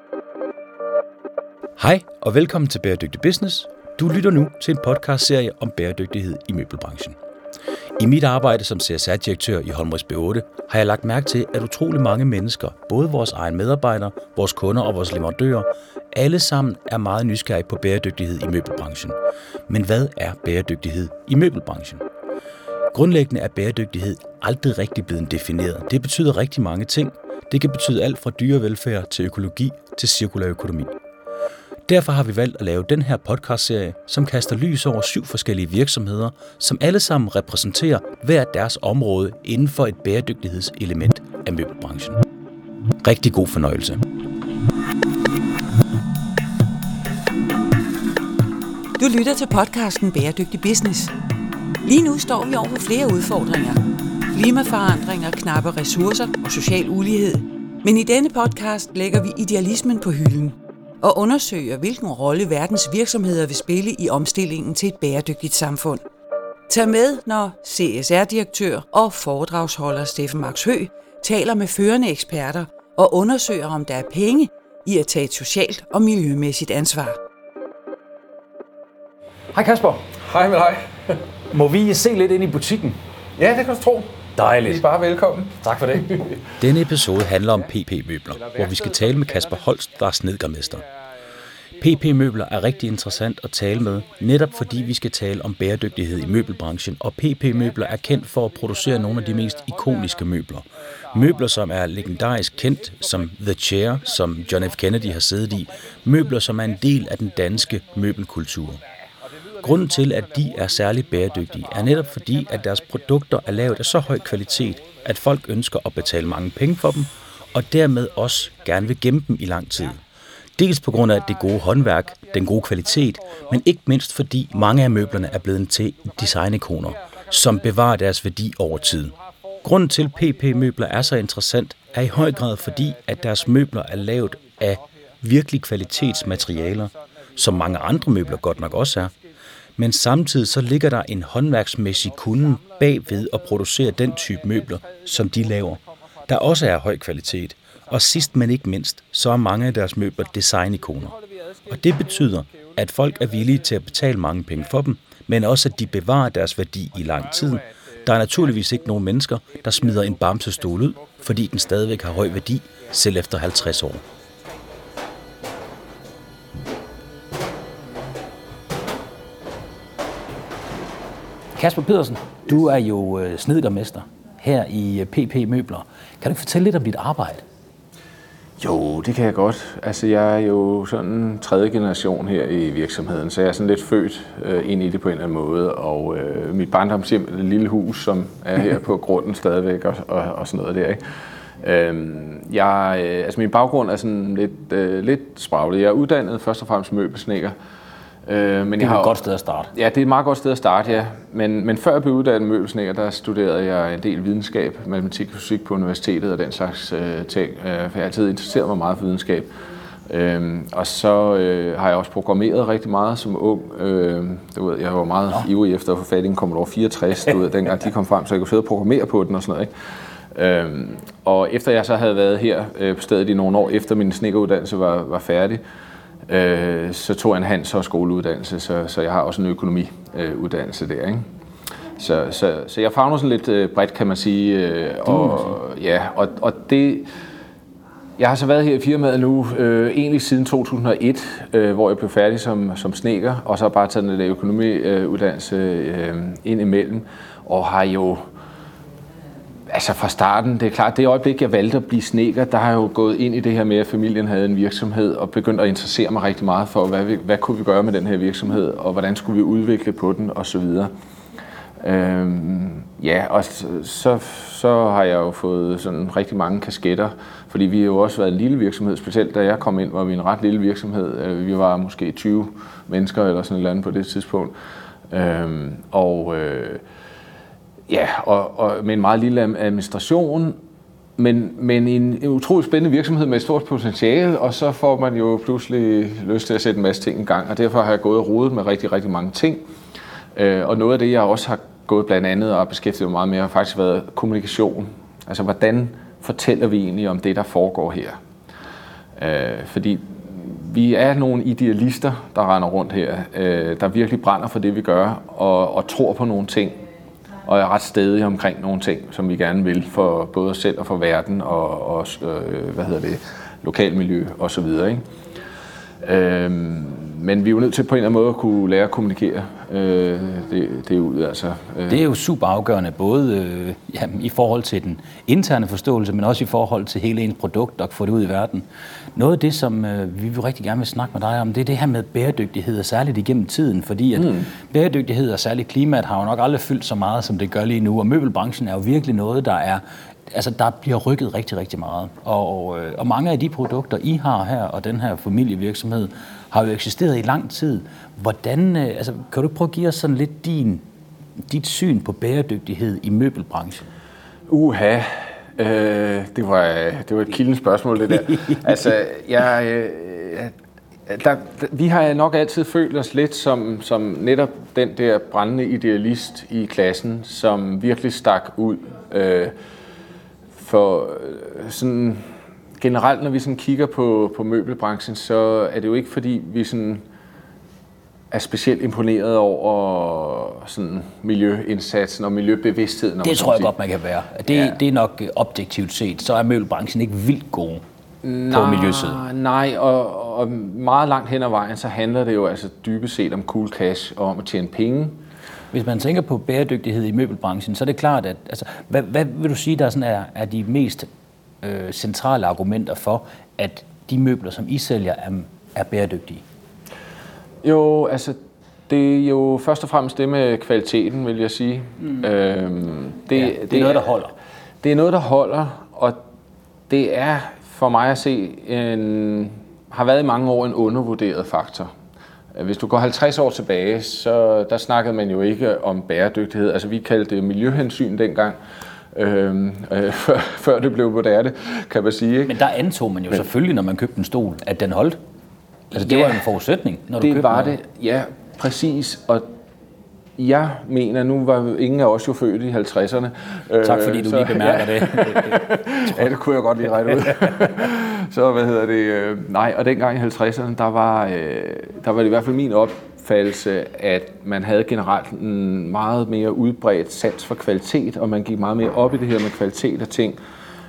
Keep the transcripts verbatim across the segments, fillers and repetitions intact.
Hej og velkommen til Bæredygtig Business. Du lytter nu til en podcastserie om bæredygtighed i møbelbranchen. I mit arbejde som C S R-direktør i Holmris B otte har jeg lagt mærke til, at utrolig mange mennesker, både vores egen medarbejdere, vores kunder og vores leverandører, alle sammen er meget nysgerrige på bæredygtighed i møbelbranchen. Men hvad er bæredygtighed i møbelbranchen? Grundlæggende er bæredygtighed aldrig rigtig blevet defineret. Det betyder rigtig mange ting. Det kan betyde alt fra dyrevelfærd til økologi til cirkulær økonomi. Derfor har vi valgt at lave den her podcastserie, som kaster lys over syv forskellige virksomheder, som alle sammen repræsenterer hver deres område inden for et bæredygtighedselement af møbelbranchen. Rigtig god fornøjelse. Du lytter til podcasten Bæredygtig Business. Lige nu står vi over for flere udfordringer. Klimaforandringer, knappe ressourcer og social ulighed. Men i denne podcast lægger vi idealismen på hylden og undersøger, hvilken rolle verdens virksomheder vil spille i omstillingen til et bæredygtigt samfund. Tag med, når C S R-direktør og foredragsholder Steffen Max Høgh taler med førende eksperter og undersøger, om der er penge i at tage et socialt og miljømæssigt ansvar. Hej Kasper. Hej med dig. Må vi se lidt ind i butikken? Ja, det kan du tro. Dejligt. I er bare velkommen. Tak for det. Denne episode handler om P P-møbler, hvor vi skal tale med Kasper Holst, der er snedkermester. P P-møbler er rigtig interessant at tale med, netop fordi vi skal tale om bæredygtighed i møbelbranchen, og P P-møbler er kendt for at producere nogle af de mest ikoniske møbler. Møbler, som er legendarisk kendt som The Chair, som John F. Kennedy har siddet i. Møbler, som er en del af den danske møbelkultur. Grunden til, at de er særligt bæredygtige, er netop fordi, at deres produkter er lavet af så høj kvalitet, at folk ønsker at betale mange penge for dem, og dermed også gerne vil gemme dem i lang tid. Dels på grund af det gode håndværk, den gode kvalitet, men ikke mindst fordi mange af møblerne er blevet til designikoner, som bevarer deres værdi over tid. Grunden til, at P P-møbler er så interessant, er i høj grad fordi, at deres møbler er lavet af virkelig kvalitetsmaterialer, som mange andre møbler godt nok også er. Men samtidig så ligger der en håndværksmæssig kunde bagved at producere den type møbler, som de laver, der også er høj kvalitet. Og sidst men ikke mindst, så er mange af deres møbler designikoner. Og det betyder, at folk er villige til at betale mange penge for dem, men også at de bevarer deres værdi i lang tid. Der er naturligvis ikke nogen mennesker, der smider en bamsestol ud, fordi den stadigvæk har høj værdi, selv efter halvtreds år. Kasper Pedersen, du er jo snedkermester her i P P-møbler. Kan du ikke fortælle lidt om dit arbejde? Jo, det kan jeg godt. Altså, jeg er jo sådan tredje generation her i virksomheden, så jeg er sådan lidt født øh, ind i det på en eller anden måde. Og øh, mit barndomshjem er et lille hus, som er her på grunden stadigvæk og, og, og sådan noget der, ikke? Øhm, jeg, øh, altså, min baggrund er sådan lidt, øh, lidt spraglet. Jeg er uddannet først og fremmest møbelsnedker. Øh, men det er jeg har, et godt sted at starte. Ja, det er et meget godt sted at starte, ja. Men, men før jeg blev uddannet møbelsnedker, der studerede jeg en del videnskab, matematik og fysik på universitetet og den slags øh, ting. Øh, for jeg har altid interesseret mig meget for videnskab. Øh, og så øh, har jeg også programmeret rigtig meget som ung. Øh, du ved, jeg var meget Nå. ivrig efter at få fat i en Commodore fireogtres, du ved, dengang de kom frem, så jeg kunne sidde og programmere på den og sådan noget, ikke? Øh, og efter jeg så havde været her øh, på stedet i nogle år, efter min snedkeruddannelse var, var færdig, Øh, så tog jeg en handels- og skoleuddannelse, så, så jeg har også en økonomiuddannelse øh, der, ikke? Så, så, så jeg favner sådan lidt øh, bredt, kan man sige, øh, og, ja, og, og det, jeg har så været her i firmaet nu, øh, egentlig siden to tusind og et, øh, hvor jeg blev færdig som, som snedker, og så har bare taget en økonomiuddannelse øh, ind imellem, og har jo altså fra starten, det er klart, det øjeblik, jeg valgte at blive snedker, der har jeg jo gået ind i det her med, at familien havde en virksomhed, og begyndt at interessere mig rigtig meget for, hvad, vi, hvad kunne vi gøre med den her virksomhed, og hvordan skulle vi udvikle på den, og så videre. Øhm, ja, og så, så har jeg jo fået sådan rigtig mange kasketter, fordi vi har jo også været en lille virksomhed, specielt da jeg kom ind, var vi en ret lille virksomhed. Vi var måske tyve mennesker eller sådan et eller andet på det tidspunkt. Øhm, og øh, Ja, og, og med en meget lille administration, men, men en, en utrolig spændende virksomhed med et stort potentiale, og så får man jo pludselig lyst til at sætte en masse ting i gang, og derfor har jeg gået og rodet med rigtig, rigtig mange ting. Øh, og noget af det, jeg også har gået blandt andet og beskæftiget mig meget med, har faktisk været kommunikation. Altså, hvordan fortæller vi egentlig om det, der foregår her? Øh, fordi vi er nogle idealister, der render rundt her, øh, der virkelig brænder for det, vi gør, og, og tror på nogle ting, og er ret stedige omkring nogle ting, som vi gerne vil for både os selv og for verden, og, og øh, hvad hedder det, lokalmiljø og så videre, ikke? Øh, men vi er jo nødt til på en eller anden måde at kunne lære at kommunikere øh, det, det ud. Altså, øh. Det er jo super afgørende, både øh, ja, i forhold til den interne forståelse, men også i forhold til hele ens produkt og få det ud i verden. Noget af det, som øh, vi vil rigtig gerne vil snakke med dig om, det er det her med bæredygtighed, særligt igennem tiden, fordi at mm. bæredygtighed og særligt klimaet har jo nok aldrig fyldt så meget, som det gør lige nu, og møbelbranchen er jo virkelig noget, der er altså der bliver rykket rigtig, rigtig meget. Og, og, og mange af de produkter, I har her, og den her familievirksomhed, har jo eksisteret i lang tid. Hvordan, altså, kan du prøve at give os sådan lidt din, dit syn på bæredygtighed i møbelbranchen? Uha, øh, det, var, det var et kildent spørgsmål, det der. altså, jeg, øh, der, vi har nok altid følt os lidt som, som netop den der brændende idealist i klassen, som virkelig stak ud. Øh, For sådan generelt, når vi sådan kigger på, på møbelbranchen, så er det jo ikke fordi, vi sådan er specielt imponeret over sådan miljøindsatsen og miljøbevidstheden. Det tror jeg godt, man kan være. Det, ja. det er nok objektivt set, så er møbelbranchen ikke vildt god på miljøsiden. Nej, og, og meget langt hen ad vejen, så handler det jo altså dybest set om cool cash og om at tjene penge. Hvis man tænker på bæredygtighed i møbelbranchen, så er det klart, at altså, hvad, hvad vil du sige, der sådan er, er de mest øh, centrale argumenter for, at de møbler, som I sælger, er, er bæredygtige? Jo, altså det er jo først og fremmest det med kvaliteten, vil jeg sige. Mm. Øhm, det, ja, det, det er noget, der holder. Det er noget, der holder, og det er for mig at se en, har været i mange år en undervurderet faktor. Hvis du går halvtreds år tilbage, så der snakkede man jo ikke om bæredygtighed. Altså vi kaldte det miljøhensyn dengang, øh, øh, før, før det blev moderne, kan man sige. Ikke? Men der antog man jo Men, selvfølgelig, når man købte en stol, at den holdt. Altså det ja, var en forudsætning, når du købte den. Det var det, ja, præcis. Og jeg mener, nu var ingen af os jo født i halvtredserne. Tak fordi du så, lige bemærker ja. det. Ja, det kunne jeg godt lige regne ud. Så hvad hedder det? Nej, og dengang i halvtredserne, der var, der var det i hvert fald min opfattelse, at man havde generelt en meget mere udbredt sans for kvalitet, og man gik meget mere op i det her med kvalitet af ting.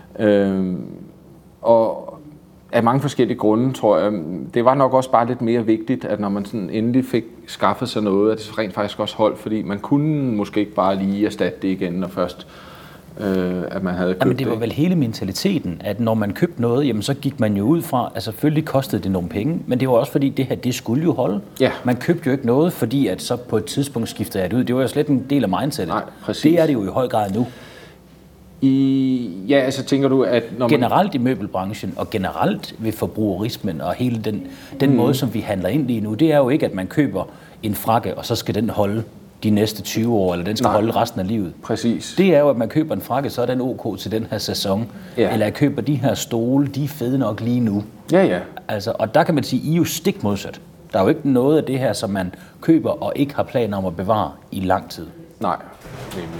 Og af mange forskellige grunde, tror jeg. Det var nok også bare lidt mere vigtigt, at når man sådan endelig fik skaffet sig noget, at det rent faktisk også holdt, fordi man kunne måske ikke bare lige erstatte det igen, når først øh, at man havde købt det. Jamen, det var vel hele mentaliteten, at når man købte noget, jamen, så gik man jo ud fra, at selvfølgelig kostede det nogle penge, men det var også fordi, det her, det skulle jo holde. Ja. Man købte jo ikke noget, fordi at så på et tidspunkt skiftede jeg det ud. Det var jo slet en del af mindsetet. Nej, præcis. Det er det jo i høj grad nu. I, ja, altså tænker du, at når man... Generelt i møbelbranchen, og generelt ved forbrugerismen, og hele den, den mm. måde, som vi handler ind lige nu, det er jo ikke, at man køber en frakke, og så skal den holde de næste tyve år, eller den skal Nej. holde resten af livet. Præcis. Det er jo, at man køber en frakke, så er den ok til den her sæson. Ja. Eller jeg køber de her stole, de er fede nok lige nu. Ja, ja. Altså, og der kan man sige, I er jo stik modsat. Der er jo ikke noget af det her, som man køber og ikke har planer om at bevare i lang tid. Nej, nemlig.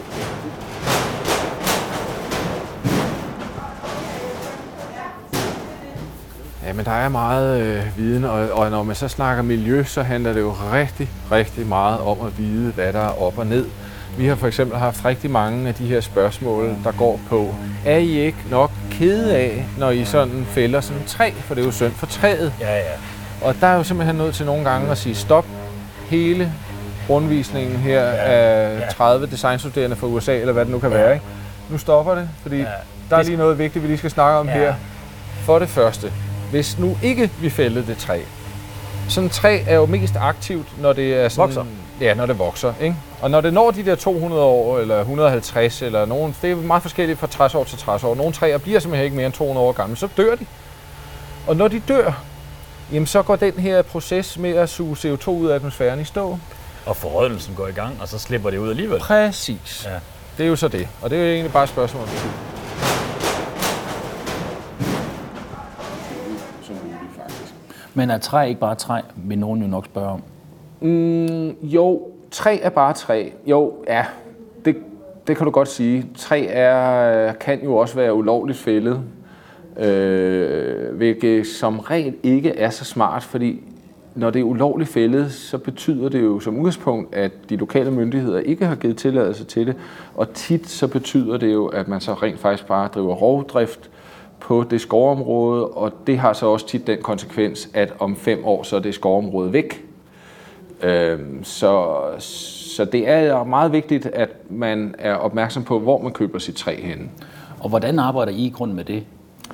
Ja, men der er meget øh, viden, og, og når man så snakker miljø, så handler det jo rigtig, rigtig meget om at vide, hvad der er op og ned. Vi har for eksempel haft rigtig mange af de her spørgsmål, der går på, er I ikke nok kede af, når I sådan fælder sådan et træ, for det er jo synd for træet. Ja, ja. Og der er jo simpelthen nødt til nogle gange at sige stop. Hele rundvisningen her ja, af ja. tredive designstuderende fra U S A, eller hvad det nu kan ja. være, ikke? Nu stopper det, fordi ja. der er lige noget vigtigt, vi lige skal snakke om ja. her. For det første, hvis nu ikke vi fældede det træ, sådan et træ er jo mest aktivt, når det er sådan, vokser. Ja, når det vokser, ikke? Og når det når de der to hundrede år, eller et hundrede og halvtreds, eller nogen, det er meget forskelligt fra tres år til tres år. Nogle træer bliver simpelthen ikke mere end to hundrede år gamle, så dør de. Og når de dør, jamen så går den her proces med at suge C O to ud af atmosfæren i stå. Og forrådnelsen går i gang, og så slipper det ud alligevel. Præcis. Ja. Det er jo så det. Og det er jo egentlig bare et spørgsmål om tid. Men er træ ikke bare træ, vil nogen jo nok spørge om? Mm, jo, træ er bare træ. Jo, ja, det, det kan du godt sige. Træ er, kan jo også være ulovligt fældet. øh, hvilket som regel ikke er så smart, fordi når det er ulovligt fældet, så betyder det jo som udgangspunkt, at de lokale myndigheder ikke har givet tilladelse til det, og tit så betyder det jo, at man så rent faktisk bare driver rovdrift på det skovområde, og det har så også tit den konsekvens, at om fem år så er det skovområde væk. Øhm, så, så det er meget vigtigt, at man er opmærksom på, hvor man køber sit træ henne. Og hvordan arbejder I i grund med det?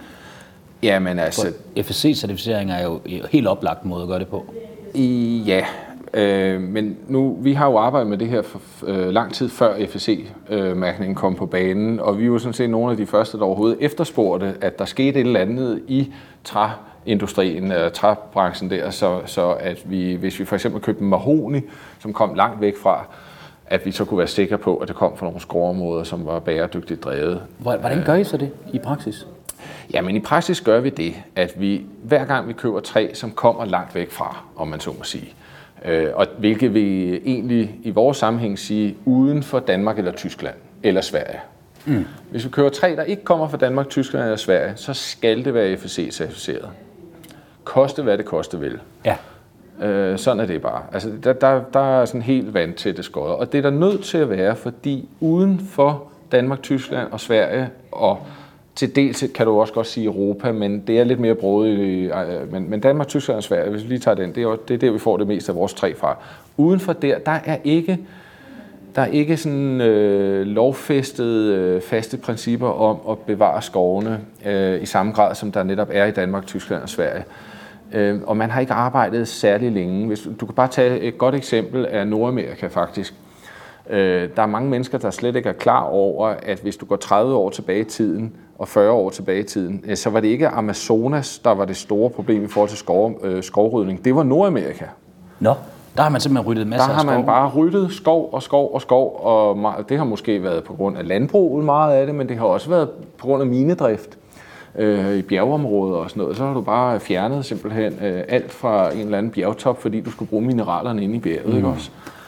Jamen altså... F S C-certificering er jo en helt oplagt måde at gøre det på. Ja, øh, men nu, vi har jo arbejdet med det her for øh, lang tid før F S C-mærkningen kom på banen, og vi var sådan set nogle af de første, der overhovedet efterspurgte, at der skete et eller andet i træindustrien, øh, træbranchen der, så, så at vi, hvis vi for eksempel købte mahogni, som kom langt væk fra, at vi så kunne være sikre på, at det kom fra nogle skovområder, som var bæredygtigt drevet. Hvordan gør I så det i praksis? Ja, men i praksis gør vi det, at vi hver gang vi køber træ, som kommer langt væk fra, om man så må sige, øh, og hvilket vi egentlig i vores sammenhæng sige uden for Danmark eller Tyskland eller Sverige. Mm. Hvis vi køber træ, der ikke kommer fra Danmark, Tyskland eller Sverige, så skal det være F S C-certificeret. Koste hvad det koste vil. Ja. Øh, sådan er det bare. Altså, der, der, der er sådan helt vand til det skodder, og det er der nødt til at være, fordi uden for Danmark, Tyskland og Sverige og til dels kan du også godt sige Europa, men det er lidt mere broget. Men, men Danmark, Tyskland og Sverige, hvis vi lige tager den, det er, det er der, vi får det meste af vores træ fra. Uden for der, der er ikke, der er ikke sådan øh, lovfæstede, øh, faste principper om at bevare skovene øh, i samme grad, som der netop er i Danmark, Tyskland og Sverige. Øh, og man har ikke arbejdet særlig længe. Hvis, du kan bare tage et godt eksempel af Nordamerika faktisk. Øh, der er mange mennesker, der slet ikke er klar over, at hvis du går tredive år tilbage i tiden, og fyrre år tilbage i tiden, så var det ikke Amazonas, der var det store problem i forhold til skov, øh, skovrydning. Det var Nordamerika. Nå, der har man simpelthen ryddet masser af skov. Der har man bare ryddet skov og skov og skov, og det har måske været på grund af landbruget meget af det, men det har også været på grund af minedrift øh, i bjergeområder og sådan noget. Så har du bare fjernet simpelthen øh, alt fra en eller anden bjergtop, fordi du skulle bruge mineralerne inde i bjerget, mm. ikke også?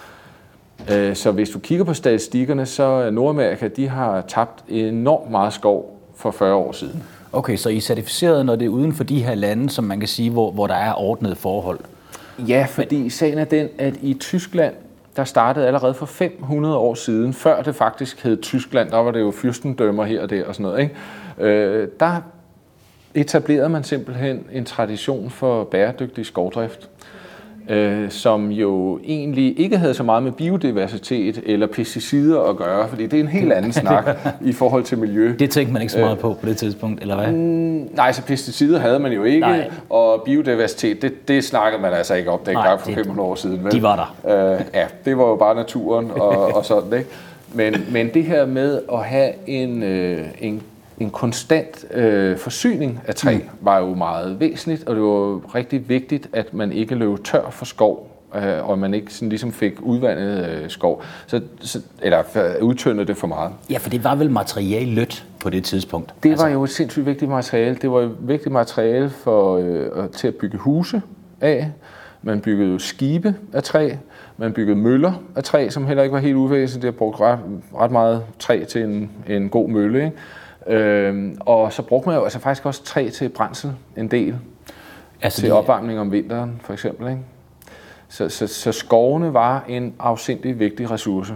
Øh, så hvis du kigger på statistikkerne, så Nordamerika, de har tabt enormt meget skov for fyrre år siden. Okay, så I er certificeret, når det er uden for de her lande, som man kan sige, hvor, hvor der er ordnede forhold? Ja, fordi sagen er den, at i Tyskland, der startede allerede for fem hundrede år siden, før det faktisk hed Tyskland, der var det jo fyrstendømmer her og der og sådan noget, ikke? Øh, der etablerede man simpelthen en tradition for bæredygtig skovdrift, øh, som jo egentlig ikke havde så meget med biodiversitet eller pesticider at gøre, fordi det er en helt anden snak i forhold til miljø. Det tænkte man ikke så meget på på det tidspunkt, eller hvad? Mm, nej, så pesticider havde man jo ikke, nej. Og biodiversitet, det, det snakkede man altså ikke om dengang for fem hundrede år siden. Vel? De var der. Øh, ja, det var jo bare naturen og, og sådan, ikke? Men, men det her med at have en, øh, en En konstant øh, forsyning af træ var jo meget væsentligt, og det var rigtig vigtigt, at man ikke løb tør for skov, øh, og man ikke sådan ligesom fik udvandet øh, skov, så, så, eller udtyndede det for meget. Ja, for det var vel materialelødt på det tidspunkt? Det altså. var jo et sindssygt vigtigt materiale. Det var et vigtigt materiale for, øh, til at bygge huse af. Man byggede jo skibe af træ. Man byggede møller af træ, som heller ikke var helt uvæsentligt. Det har brugt ret, ret meget træ til en, en god mølle, ikke? Øhm, og så brugte man jo altså faktisk også træ til brændsel en del, altså til de... opvarmning om vinteren for eksempel, ikke? Så, så, så skovene var en afsindig vigtig ressource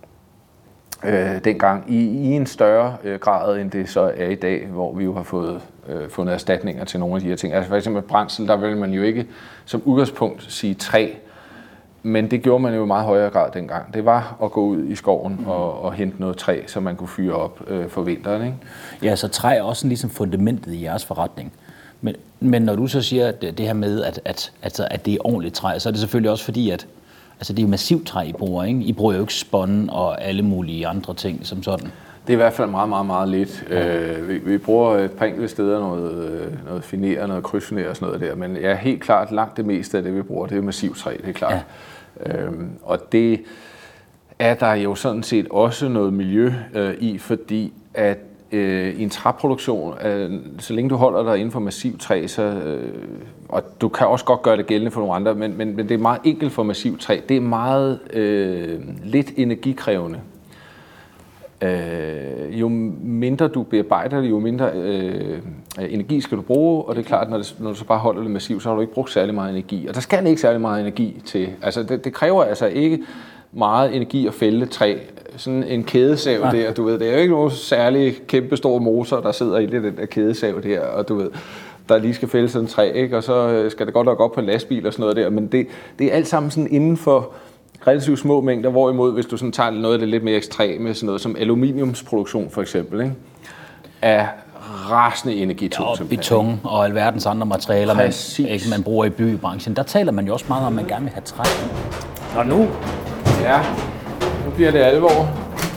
øh, dengang i, i en større øh, grad end det så er i dag, hvor vi jo har fået øh, fundet erstatninger til nogle af de her ting. Altså for eksempel brændsel, der vil man jo ikke som udgangspunkt sige træ, men det gjorde man jo i meget højere grad dengang. Det var at gå ud i skoven mm. og, og hente noget træ, så man kunne fyre op øh, for vinteren, ikke? Ja, så træ er også ligesom fundamentet i jeres forretning. Men, men når du så siger at det her med, at, at, at, at det er ordentligt træ, så er det selvfølgelig også fordi, at altså, det er jo massivt træ, I bruger, ikke? I bruger jo ikke spån og alle mulige andre ting som sådan. Det er i hvert fald meget, meget, meget lidt. Ja. Øh, vi, vi bruger et par enkelte steder noget, noget finere, noget krydsfinere og sådan noget der, men ja, helt klart langt det meste af det, vi bruger, det er massivt træ, det er klart. Ja. Øhm, og det er der jo sådan set også noget miljø øh, i, fordi at øh, i en træproduktion, øh, så længe du holder dig inden for massivt træ, så, øh, og du kan også godt gøre det gældende for nogle andre, men, men, men det er meget enkelt for massivt træ. Det er meget øh, lidt energikrævende. Øh, jo mindre du bearbejder det, jo mindre øh, energi skal du bruge, og det er klart, når, det, når du så bare holder det massivt, så har du ikke brugt særlig meget energi. Og der skal ikke særlig meget energi til. Altså, det, det kræver altså ikke meget energi at fælde træ. Sådan en kædesav ja. der, du ved, det er jo ikke nogen særlig kæmpe stor motor, der sidder i den der kædesav der, og du ved, der lige skal fælde sådan en træ, ikke? Og så skal det godt nok op på en lastbil og sådan noget der, men det, det er alt sammen sådan inden for relativt små mængder, hvorimod hvis du sådan tager noget af det lidt mere ekstreme, sådan noget som aluminiumsproduktion for eksempel, ikke? Er rasende energitung. Ja, og beton og alverdens andre materialer, man, ikke, man bruger i byggebranchen. Der taler man jo også meget om, at man gerne vil have træ. Og nu? Ja, nu bliver det alvor.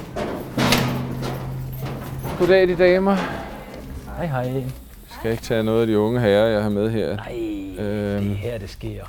Goddag, de damer. Hej, hej. Jeg skal ikke tage noget af de unge herrer, jeg har med her. Nej, øhm, det her, det sker.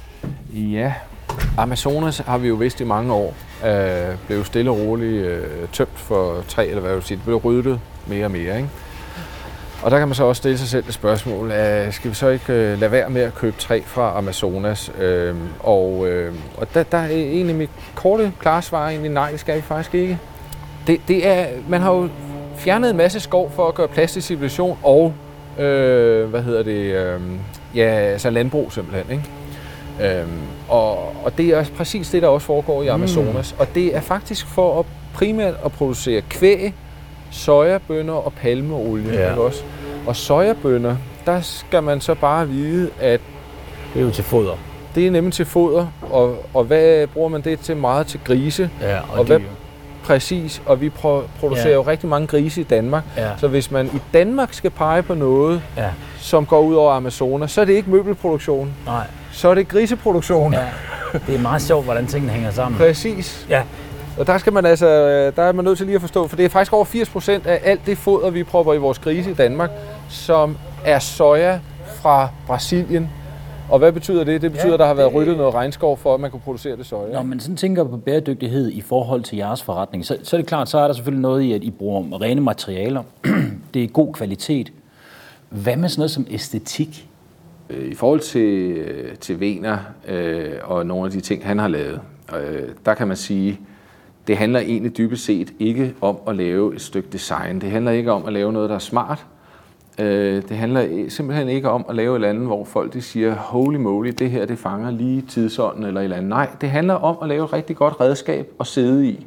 Ja, Amazonas har vi jo vidst i mange år. Øh, blev stille og roligt øh, tømt for træ, eller hvad vil sige, det blev ryddet mere og mere, ikke? Og der kan man så også stille sig selv et spørgsmål, øh, skal vi så ikke øh, lade være med at købe træ fra Amazonas? Øh, og øh, og der, der er egentlig mit korte, klare svar egentlig nej, det skal vi faktisk ikke. Det, det er, man har jo fjernet en masse skov for at gøre plads til civilisation og, øh, hvad hedder det, øh, ja, altså landbrug simpelthen, ikke? Øhm, og, og det er præcis det, der også foregår i Amazonas. Mm. Og det er faktisk for at primært at producere kvæg, sojabønner og palmeolie. Ja. Ikke også? Og sojabønner, der skal man så bare vide, at det er jo til foder. Det er nemlig til foder, og, og hvad bruger man det til? Meget til grise. Ja, og, og hvad, præcis, og vi producerer ja. jo rigtig mange grise i Danmark. Ja. Så hvis man i Danmark skal pege på noget, ja. som går ud over Amazonas, så er det ikke møbelproduktion. Nej. Så er det griseproduktion. Ja. Det er meget sjovt, hvordan tingene hænger sammen. Præcis. Ja. Og der skal man altså, der er man nødt til lige at forstå, for det er faktisk over firs procent af alt det foder, vi propper i vores grise i Danmark, som er soja fra Brasilien. Og hvad betyder det? Det betyder, ja, at der har været det... ryddet noget regnskov for, at man kunne producere det soja. Når man sådan tænker på bæredygtighed i forhold til jeres forretning, så, så er det klart, så er der selvfølgelig noget i, at I bruger rene materialer. Det er god kvalitet. Hvad med sådan noget som æstetik? I forhold til, til Weener øh, og nogle af de ting, han har lavet, øh, der kan man sige, det handler egentlig dybest set ikke om at lave et stykke design. Det handler ikke om at lave noget, der er smart. Øh, det handler simpelthen ikke om at lave et eller andet, hvor folk de siger, holy moly, det her det fanger lige tidsånden eller et eller andet. Nej, det handler om at lave et rigtig godt redskab at sidde i.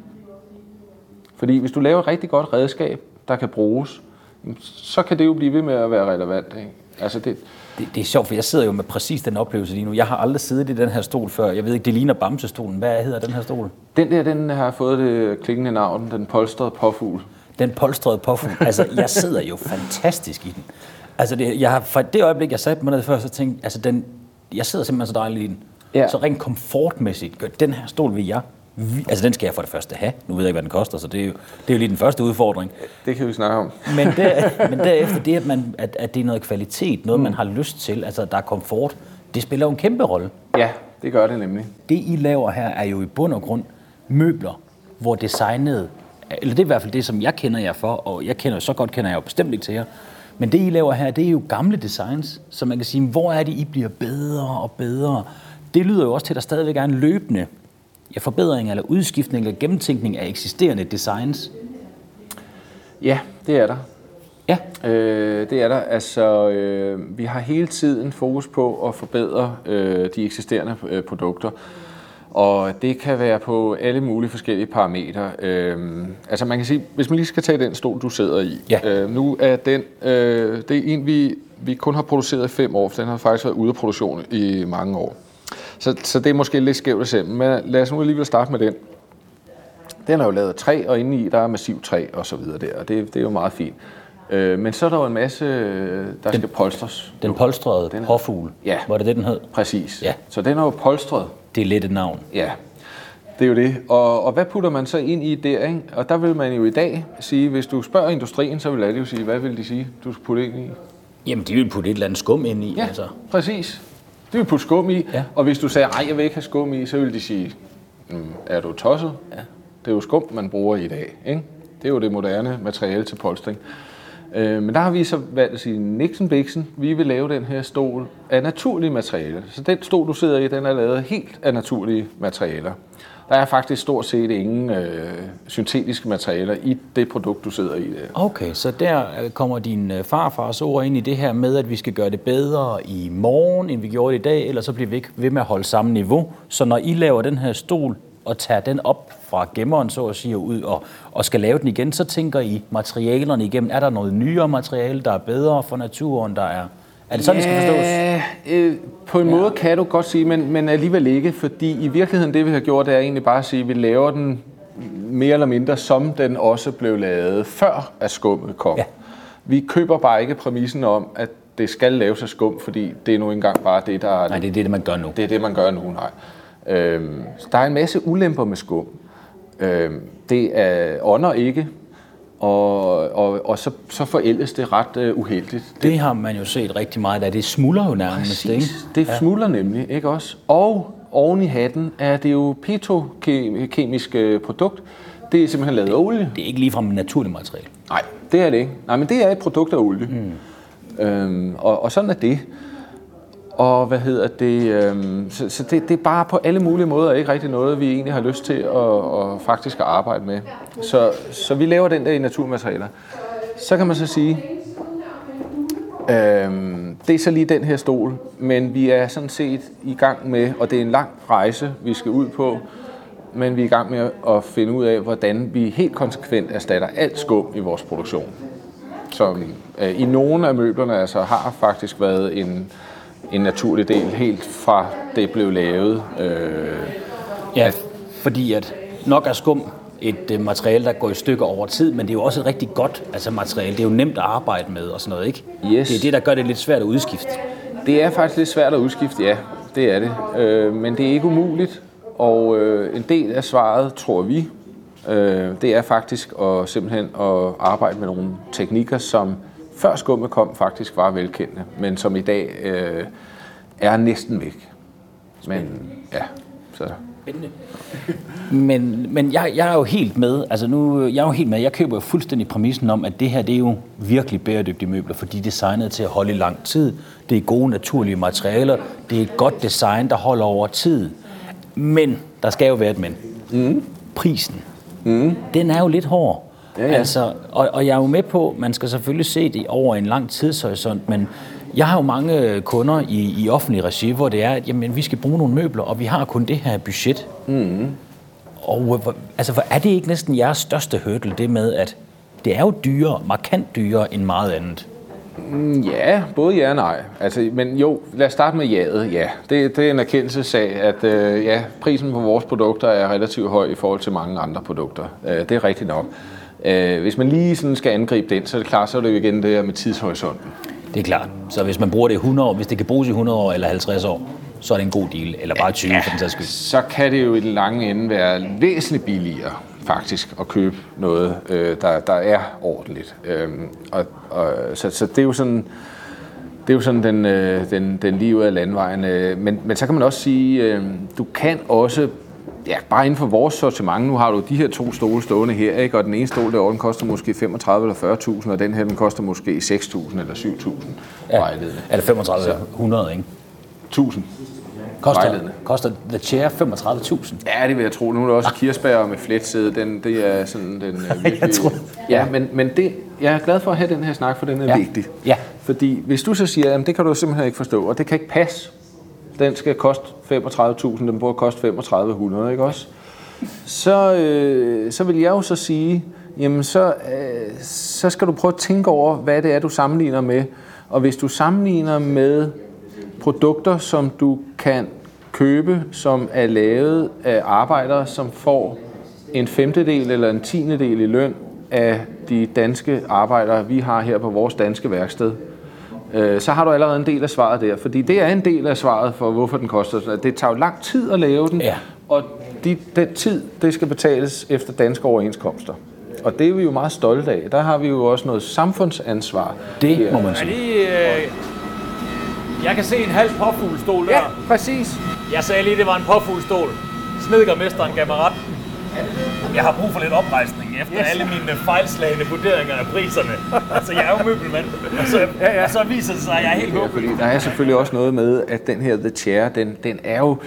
Fordi hvis du laver et rigtig godt redskab, der kan bruges, så kan det jo blive ved med at være relevant. Ikke? Altså det, det, det er sjovt, for jeg sidder jo med præcis den oplevelse lige nu. Jeg har aldrig siddet i den her stol før. Jeg ved ikke, det ligner Bamsestolen. Hvad hedder den her stol? Den der, den har fået det klingende navn, den polstrede påfugl. Den polstrede påfugl. Altså, jeg sidder jo fantastisk i den. Altså, det, jeg har, fra det øjeblik, jeg satte mig ned før, så tænkte altså, den, jeg sidder simpelthen så dejligt i den. Ja. Så rent komfortmæssigt, gør den her stol vil jeg, altså den skal jeg for det første have. Nu ved jeg ikke, hvad den koster, så det er jo, det er jo lige den første udfordring. Det kan vi snakke om. Men, der, men derefter det, at, man, at, at det er noget kvalitet, noget mm. man har lyst til, altså der er komfort, det spiller jo en kæmpe rolle. Ja, det gør det nemlig. Det I laver her er jo i bund og grund møbler, hvor designet, eller det er i hvert fald det, som jeg kender jer for, og jeg kender så godt kender jeg jo bestemt ikke til jer, men det I laver her, det er jo gamle designs, så man kan sige, hvor er det, I bliver bedre og bedre. Det lyder jo også til, at der stadigvæk er en løbende ja, forbedring eller udskiftning eller gennemtænkning af eksisterende designs. Ja, det er der. Ja. Øh, det er der. Altså, øh, vi har hele tiden fokus på at forbedre øh, de eksisterende øh, produkter. Og det kan være på alle mulige forskellige parametre. Øh, altså man kan sige, hvis man lige skal tage den stol, du sidder i. Ja. Øh, nu er den, øh, det er en, vi, vi kun har produceret i fem år, for den har faktisk været ude af produktion i mange år. Så, så det er måske lidt skævt at se, men lad os nu alligevel starte med den. Den er jo lavet af træ, og inde i der er massiv træ og så videre der, og det, det er jo meget fint. Øh, men så er der jo en masse, der den, skal polstres. Den polstrede den påfugl, ja, var det det, den hed? Præcis. Ja. Så den er jo polstret. Det er lidt et navn. Ja, det er jo det. Og, og hvad putter man så ind i der, ikke? Og der vil man jo i dag sige, hvis du spørger industrien, så vil alle jo sige, hvad vil de sige, du skal putte ind i? Jamen, de vil putte et eller andet skum ind i. Ja, altså. Præcis. De vil putte skum i, ja. Og hvis du sagde, ej, jeg vil ikke have skum i, så vil de sige, mm, er du tosset? Ja. Det er jo skum, man bruger i dag, ikke? Det er jo det moderne materiale til polstring. Øh, men der har vi så valgt at sige, Nixon Bixen, vi vil lave den her stol af naturlige materialer. Så den stol, du sidder i, den er lavet helt af naturlige materialer. Der er faktisk stort set ingen øh, syntetiske materialer i det produkt, du sidder i. Der. Okay, så der kommer din farfars ord ind i det her med, at vi skal gøre det bedre i morgen, end vi gjorde det i dag, eller så bliver vi ikke ved med at holde samme niveau. Så når I laver den her stol og tager den op fra gemmeren, så at sige, ud og, og skal lave den igen, så tænker I materialerne igennem. Er der noget nyere materiale, der er bedre for naturen, der er... Er det sådan, ja, det skal forstås? Ja, øh, på en ja. måde kan du godt sige, men, men alligevel ikke, fordi i virkeligheden det, vi har gjort, det er egentlig bare at sige, at vi laver den mere eller mindre, som den også blev lavet før, at skummet kom. Ja. Vi køber bare ikke præmissen om, at det skal laves af skum, fordi det er nu engang bare det, der er... Nej, det er det, man gør nu. Det er det, man gør nu, nej. Øhm, der er en masse ulemper med skum. Øhm, det er ånder ikke, og, og, og så, så forældes det ret uh, uheldigt. Det, det har man jo set rigtig meget af. Det smuldrer jo nærmest, ikke? Det ja. smuldrer nemlig, ikke også? Og oven i hatten er det jo petrokemisk produkt. Det er simpelthen lavet af olie. Det er ikke ligefrem et naturligt materiale. Nej, det er det ikke. Nej, men det er et produkt af olie. Mm. Øhm, og, og sådan er det. Og hvad hedder det? Øhm, så så det, det er bare på alle mulige måder ikke rigtig noget, vi egentlig har lyst til at, at faktisk at arbejde med. Så, så vi laver den der i naturmaterialer. Så kan man så sige, øhm, det er så lige den her stol, men vi er sådan set i gang med, og det er en lang rejse, vi skal ud på, men vi er i gang med at finde ud af, hvordan vi helt konsekvent erstatter alt skum i vores produktion. Som øh, i nogle af møblerne altså, har faktisk været en en naturlig del, helt fra det blev lavet. Øh, ja, fordi at nok er skum et uh, materiale, der går i stykker over tid, men det er jo også et rigtig godt altså, materiale. Det er jo nemt at arbejde med og sådan noget, ikke? Yes. Det er det, der gør det lidt svært at udskifte. Det er faktisk lidt svært at udskifte, ja. Det er det. Øh, men det er ikke umuligt, og øh, en del af svaret, tror vi, øh, det er faktisk at simpelthen at arbejde med nogle teknikker, som før skummet kom, faktisk var velkendte, men som i dag øh, er næsten væk. Men ja, så... men men jeg, jeg er jo helt med, altså nu, jeg er jo helt med, jeg køber jo fuldstændig præmissen om, at det her, det er jo virkelig bæredygtige møbler, fordi de er designet til at holde i lang tid. Det er gode naturlige materialer, det er et godt design, der holder over tid. Men, der skal jo være et men. Mm. Prisen, mm. den er jo lidt hård. Ja, ja. Altså, og, og jeg er jo med på, man skal selvfølgelig se det over en lang tidshorisont, men jeg har jo mange kunder i, i offentlig regi, hvor det er, at jamen, vi skal bruge nogle møbler, og vi har kun det her budget. Mm. Og altså, for er det ikke næsten jeres største hurdle, det med, at det er jo dyrere, markant dyrere end meget andet? Ja, både ja og nej. Altså, men jo, lad os starte med jaet. Ja, det, det er en erkendelsessag, at øh, ja, prisen på vores produkter er relativt høj i forhold til mange andre produkter. Øh, det er rigtigt nok. Øh, hvis man lige sådan skal angribe den, så er det klart, så er det jo igen det her med tidshorisonten. Det er klart. Så hvis man bruger det i hundrede år, hvis det kan bruges i hundrede år eller halvtreds år, så er det en god deal, eller bare tyve ja, for den sags skyld. Så kan det jo i den lange ende være væsentligt billigere faktisk at købe noget, øh, der, der er ordentligt. Øh, og, og, så, så det er jo sådan, det er jo sådan den, øh, den, den lige ud af landvejen. Øh, men, men så kan man også sige, øh, du kan også, ja, bare inden for vores sortiment, nu har du de her to stole stående her, ikke? Og den ene stol derovre, den koster måske femogtredive eller fyrre tusind, og den her, den koster måske seks tusind eller syv tusind ja, vejledende. Er det femogtredive hundrede, ikke? tusind. Koster, koster The Chair femogtredive tusind? Ja, det vil jeg tro. Nu er der også kirsebær med fletsæde. Den, det er sådan den uh, virkelig... Ja, men, men det, jeg er glad for at have den her snak, for den er ja. vigtig. Ja. Fordi hvis du så siger, at det kan du simpelthen ikke forstå, og det kan ikke passe. Den skal koste femogtredive tusind, den burde koste femogtredive hundrede, ikke også? Så, øh, så vil jeg jo så sige, jamen så, øh, så skal du prøve at tænke over, hvad det er, du sammenligner med. Og hvis du sammenligner med produkter, som du kan købe, som er lavet af arbejdere, som får en femtedel eller en tiendedel i løn af de danske arbejdere, vi har her på vores danske værksted, så har du allerede en del af svaret der. Fordi det er en del af svaret for, hvorfor den koster. Det tager jo lang tid at lave den, ja. og de, den tid, det skal betales efter danske overenskomster. Og det er vi jo meget stolte af. Der har vi jo også noget samfundsansvar. Det her. Må man sige. Jeg kan se en halv påfuglestol der. Ja, præcis. Jeg sagde lige, det var en påfuglestol. Snedkermesteren gav mig ret. jeg har brug for lidt oprejsning efter yes. alle mine fejlslagende vurderinger af priserne. Altså, jeg er jo møbelmand, og så, ja, ja. og så viser det sig, at jeg er helt ja, fordi der er selvfølgelig også noget med, at den her The Chair, den, den er jo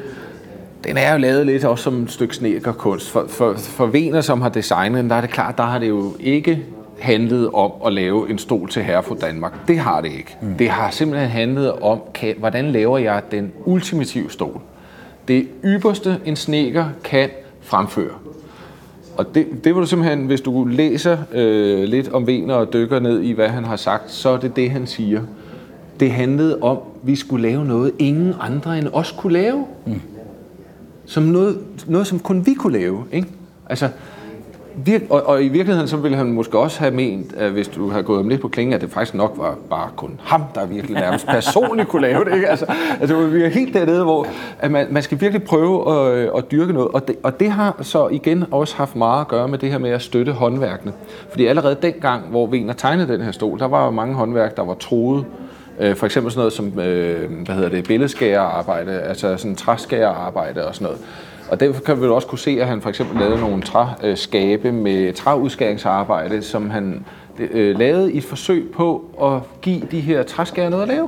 Den er jo lavet lidt også som et stykke snedkerkunst. For, for, for Weener, som har designet den, der er det klart, der har det jo ikke handlet om at lave en stol til herre for Danmark. Det har det ikke. Mm. Det har simpelthen handlet om, kan, hvordan laver jeg den ultimative stol. Det ypperste, en snedker kan fremføre. Og det, det var du simpelthen, hvis du læser øh, lidt om Weener og dykker ned i, hvad han har sagt, så er det det, han siger. Det handlede om, at vi skulle lave noget, ingen andre end os kunne lave. Mm. Som noget, noget, som kun vi kunne lave, ikke? Altså, vir- og, og i virkeligheden, så ville han måske også have ment, at hvis du havde gået om lidt på klingen, at det faktisk nok var bare kun ham, der virkelig nærmest personligt kunne lave det, ikke? Altså, altså vi er helt dernede, hvor at man, man skal virkelig prøve at, at dyrke noget, og det, og det har så igen også haft meget at gøre med det her med at støtte håndværkene. Fordi allerede dengang, hvor Weener tegnede den her stol, der var jo mange håndværk, der var troede. For eksempel sådan noget som, øh, hvad hedder det, billedskærearbejde, altså sådan træskærearbejde og sådan noget. Og derfor kan vi også kunne se, at han for eksempel lavede nogle træskabe med træudskæringsarbejde, som han øh, lavede i et forsøg på at give de her træskærer noget at lave.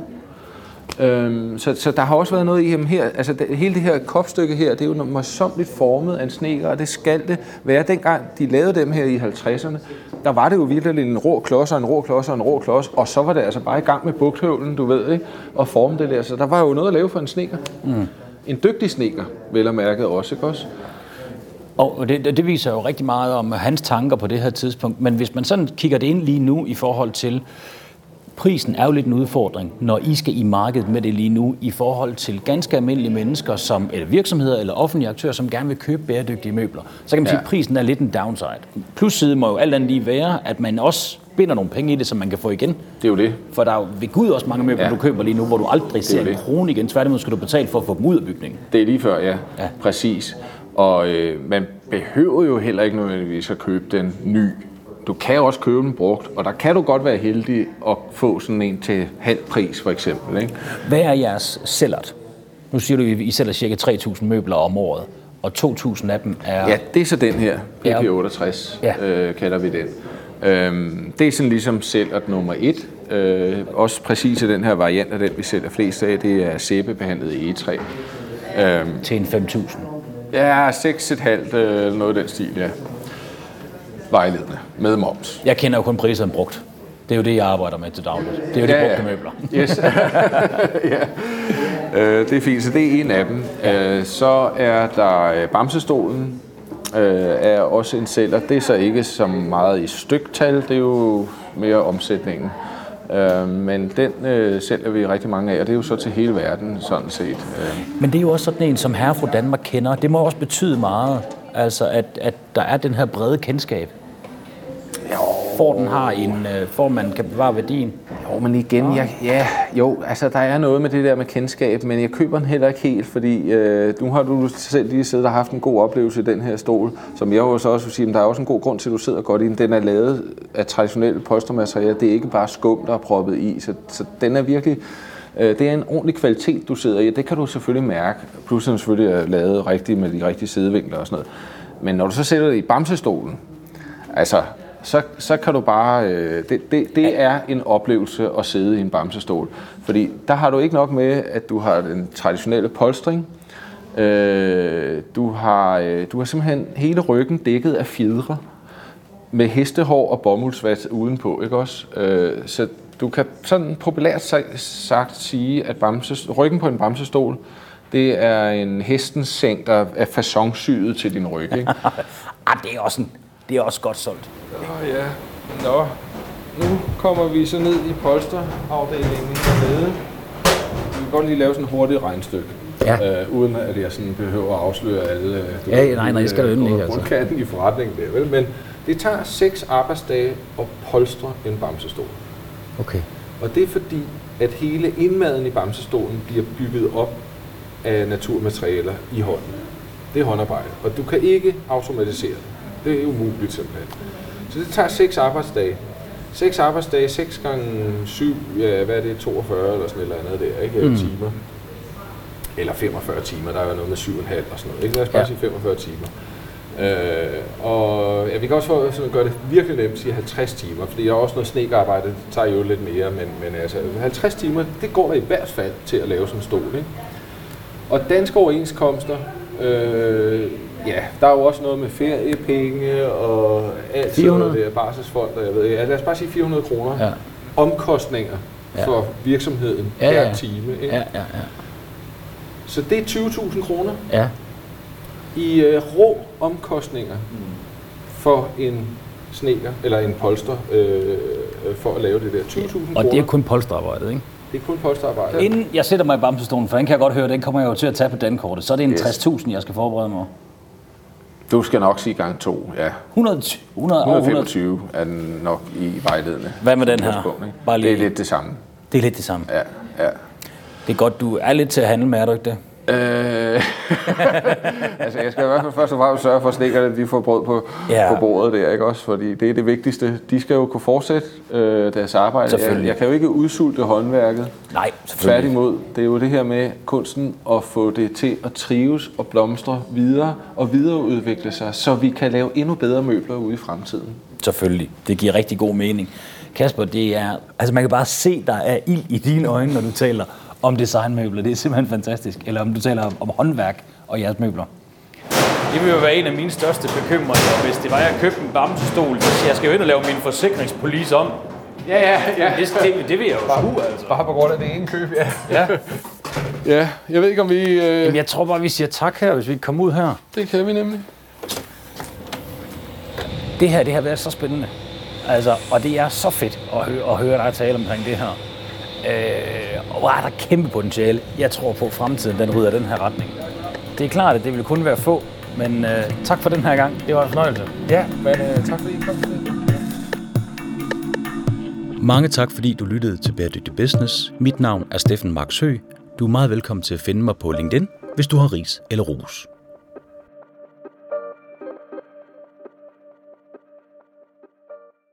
Øhm, så, så der har også været noget i ham her, altså det, hele det her kopstykke her, det er jo møjsommeligt formet af en snedker, og det skal det være. Dengang de lavede dem her i halvtredserne, der var det jo virkelig en rå klods og en rå klods og en rå klods, og så var det altså bare i gang med bugthøvlen, du ved, ikke, og forme det der. Så der var jo noget at lave for en snedker. Mm. En dygtig snedker, vel og mærket også, ikke også? Og det, det viser jo rigtig meget om hans tanker på det her tidspunkt, men hvis man sådan kigger det ind lige nu i forhold til, prisen er jo lidt en udfordring, når I skal i markedet med det lige nu, i forhold til ganske almindelige mennesker, som, eller virksomheder eller offentlige aktører, som gerne vil købe bæredygtige møbler. Så kan man ja. sige, at prisen er lidt en downside. Plusside må jo alt andet lige være, at man også binder nogle penge i det, som man kan få igen. Det er jo det. For der er jo ved Gud også mange møbler, ja. du køber lige nu, hvor du aldrig ser en krone igen. Tværtimod skal du betale for at få dem ud af bygningen. Det er lige før, ja. ja. Præcis. Og øh, man behøver jo heller ikke nødvendigvis at købe den ny. Du kan også købe den brugt, og der kan du godt være heldig at få sådan en til halv pris, for eksempel. Ikke? Hvad er jeres sælgert? Nu siger du, at I sælger cirka tre tusind møbler om året, og to tusind af dem er... Ja, det er så den her, P P otteogtres, ja. øh, kalder vi den. Øhm, det er sådan ligesom sælgert nummer et. Øh, også præcis i den her variant af den, vi sælger flest af, det er sæbebehandlet i egetræ. Øhm, til en fem tusind? Ja, seks komma fem eller øh, noget af den stil, ja. Vejledende, med moms. Jeg kender jo kun priserne brugt. Det er jo det, jeg arbejder med til dagligt. Det er jo ja, de brugte ja. møbler. Yes. ja. øh, det er fint, så det er en af dem. Ja. Øh, så er der Bamsestolen, øh, er også en sælger. Det er så ikke så meget i styktal, det er jo mere omsætningen. Øh, men den øh, sælger vi rigtig mange af, og det er jo så til hele verden, sådan set. Øh. Men det er jo også sådan en, som herre fra Danmark kender. Det må også betyde meget. Altså, at, at der er den her brede kendskab. Jo. For den har en, for man kan bevare værdien. Jo, men igen, jeg, ja, jo, altså der er noget med det der med kendskab, men jeg køber den heller ikke helt, fordi øh, nu har du selv lige siddet og haft en god oplevelse i den her stol, som jeg jo så også vil sige, men der er også en god grund til, at du sidder godt i den. Den er lavet af traditionelle polstermaterialer, det er ikke bare skum, der er proppet i, så, så den er virkelig... Det er en ordentlig kvalitet, du sidder i, det kan du selvfølgelig mærke. Plus den selvfølgelig er lavet rigtigt med de rigtige sidevinkler og sådan noget. Men når du så sætter det i Bamsestolen, altså, så, så kan du bare... Det, det, det er en oplevelse at sidde i en Bamsestol. Fordi der har du ikke nok med, at du har den traditionelle polstring. Du har, du har simpelthen hele ryggen dækket af fjedre med hestehår og bomuldsvat udenpå, ikke også? Så du kan sådan populært sagt sige, at bamse, ryggen på en bamsestol, det er en hestens seng, der er fasonsyet til din ryg, ikke? ah, det er også en, det er også godt solgt. Åh ja. Nå, nu kommer vi så ned i polsterafdelingen hernede. Vi kan godt lige lave sådan en hurtigt regnestykke. Ja. Øh, uden at jeg sådan behøver at afsløre alle... Du ja, ved, nej, nej, jeg skal jo ikke, altså. Grundkanten i forretningen der, vel? Men det tager seks arbejdsdage at polstre en bamsestol. Okay. Og det er fordi, at hele indmaden i bamsestolen bliver bygget op af naturmaterialer i hånden. Det er håndarbejde, og du kan ikke automatisere det. Det er umuligt simpelthen. Så det tager seks arbejdsdage. Seks arbejdsdage, seks gange syv, ja, hvad er det, toogfyrre eller sådan et eller andet der, ikke? Mm. Timer. Eller femogfyrre timer, der er jo noget med syv komma fem og sådan noget, ikke? Lad os bare ja. sige femogfyrre timer. Øh, og ja, vi kan også for, sådan, gøre det virkelig nemt, sige halvtreds timer, fordi der er også noget snedkerarbejde, det tager jo lidt mere, men, men altså halvtreds timer, det går der i hvert fald til at lave sådan en stol, ikke? Og danske overenskomster, øh, ja, der er jo også noget med feriepenge og alt fire hundrede sådan noget der, barselsfond, og jeg ved ikke, ja, lad os bare sige fire hundrede kroner. Ja. Omkostninger ja. For virksomheden ja, ja. per time, ikke? Ja, ja, ja. Så det er tyve tusind kroner. Ja. I øh, rå omkostninger mm. for en snedker, eller en polster, øh, for at lave det der. tyve tusind kroner. Og det er kun polsterarbejdet, ikke? Det er kun polsterarbejdet. Inden jeg sætter mig i bamsestolen, for den kan jeg godt høre, den kommer jeg jo til at tage på dankortet, så er det en yes. tres tusind, jeg skal forberede mig. Du skal nok sige gang to, ja. hundrede, hundrede, et hundrede og femogtyve er den nok i vejledende. Hvad med den her? Bare lige. Det er lidt det samme. Det er lidt det samme? Ja, ja. Det er godt, du er lidt til at handle med, er du ikke det? Øh, altså jeg skal i hvert fald først og fremmest sørge for, at snedkerne de får brød på, ja. på bordet der, ikke også? Fordi det er det vigtigste. De skal jo kunne fortsætte øh, deres arbejde. Jeg, jeg kan jo ikke udsulte håndværket. Nej, selvfølgelig. Tværtimod, det er jo det her med kunsten at få det til at trives og blomstre videre og videreudvikle sig, så vi kan lave endnu bedre møbler ude i fremtiden. Selvfølgelig. Det giver rigtig god mening. Kasper, det er, altså man kan bare se, der er ild i dine øjne, når du taler om designmøbler. Det er simpelthen fantastisk. Eller om du taler om, om håndværk og jeres møbler. Det vil jo være en af mine største bekymringer, hvis det var, jeg købte en bamsestol. Jeg skal jo ind og lave min forsikringspolice om. Ja, ja, ja. Det, det, det vil jeg jo bare, altså. Bare på grund af det ene køb, ja. Ja. Ja, jeg ved ikke om vi... Øh... Jamen, jeg tror bare, vi siger tak her, hvis vi kommer ud her. Det kan vi nemlig. Det her, det har været så spændende. Altså, og det er så fedt at høre, at høre dig tale omkring det her. Øh, og er der kæmpe potentiale. Jeg tror på, at fremtiden den rydder den her retning. Det er klart, at det vil kun være få, men øh, tak for den her gang. Det var en fornøjelse. Ja, men øh, tak fordi I kom til det. Mange tak, fordi du lyttede til Bæredygtig Business. Mit navn er Steffen Marksø. Du er meget velkommen til at finde mig på LinkedIn, hvis du har ris eller ros.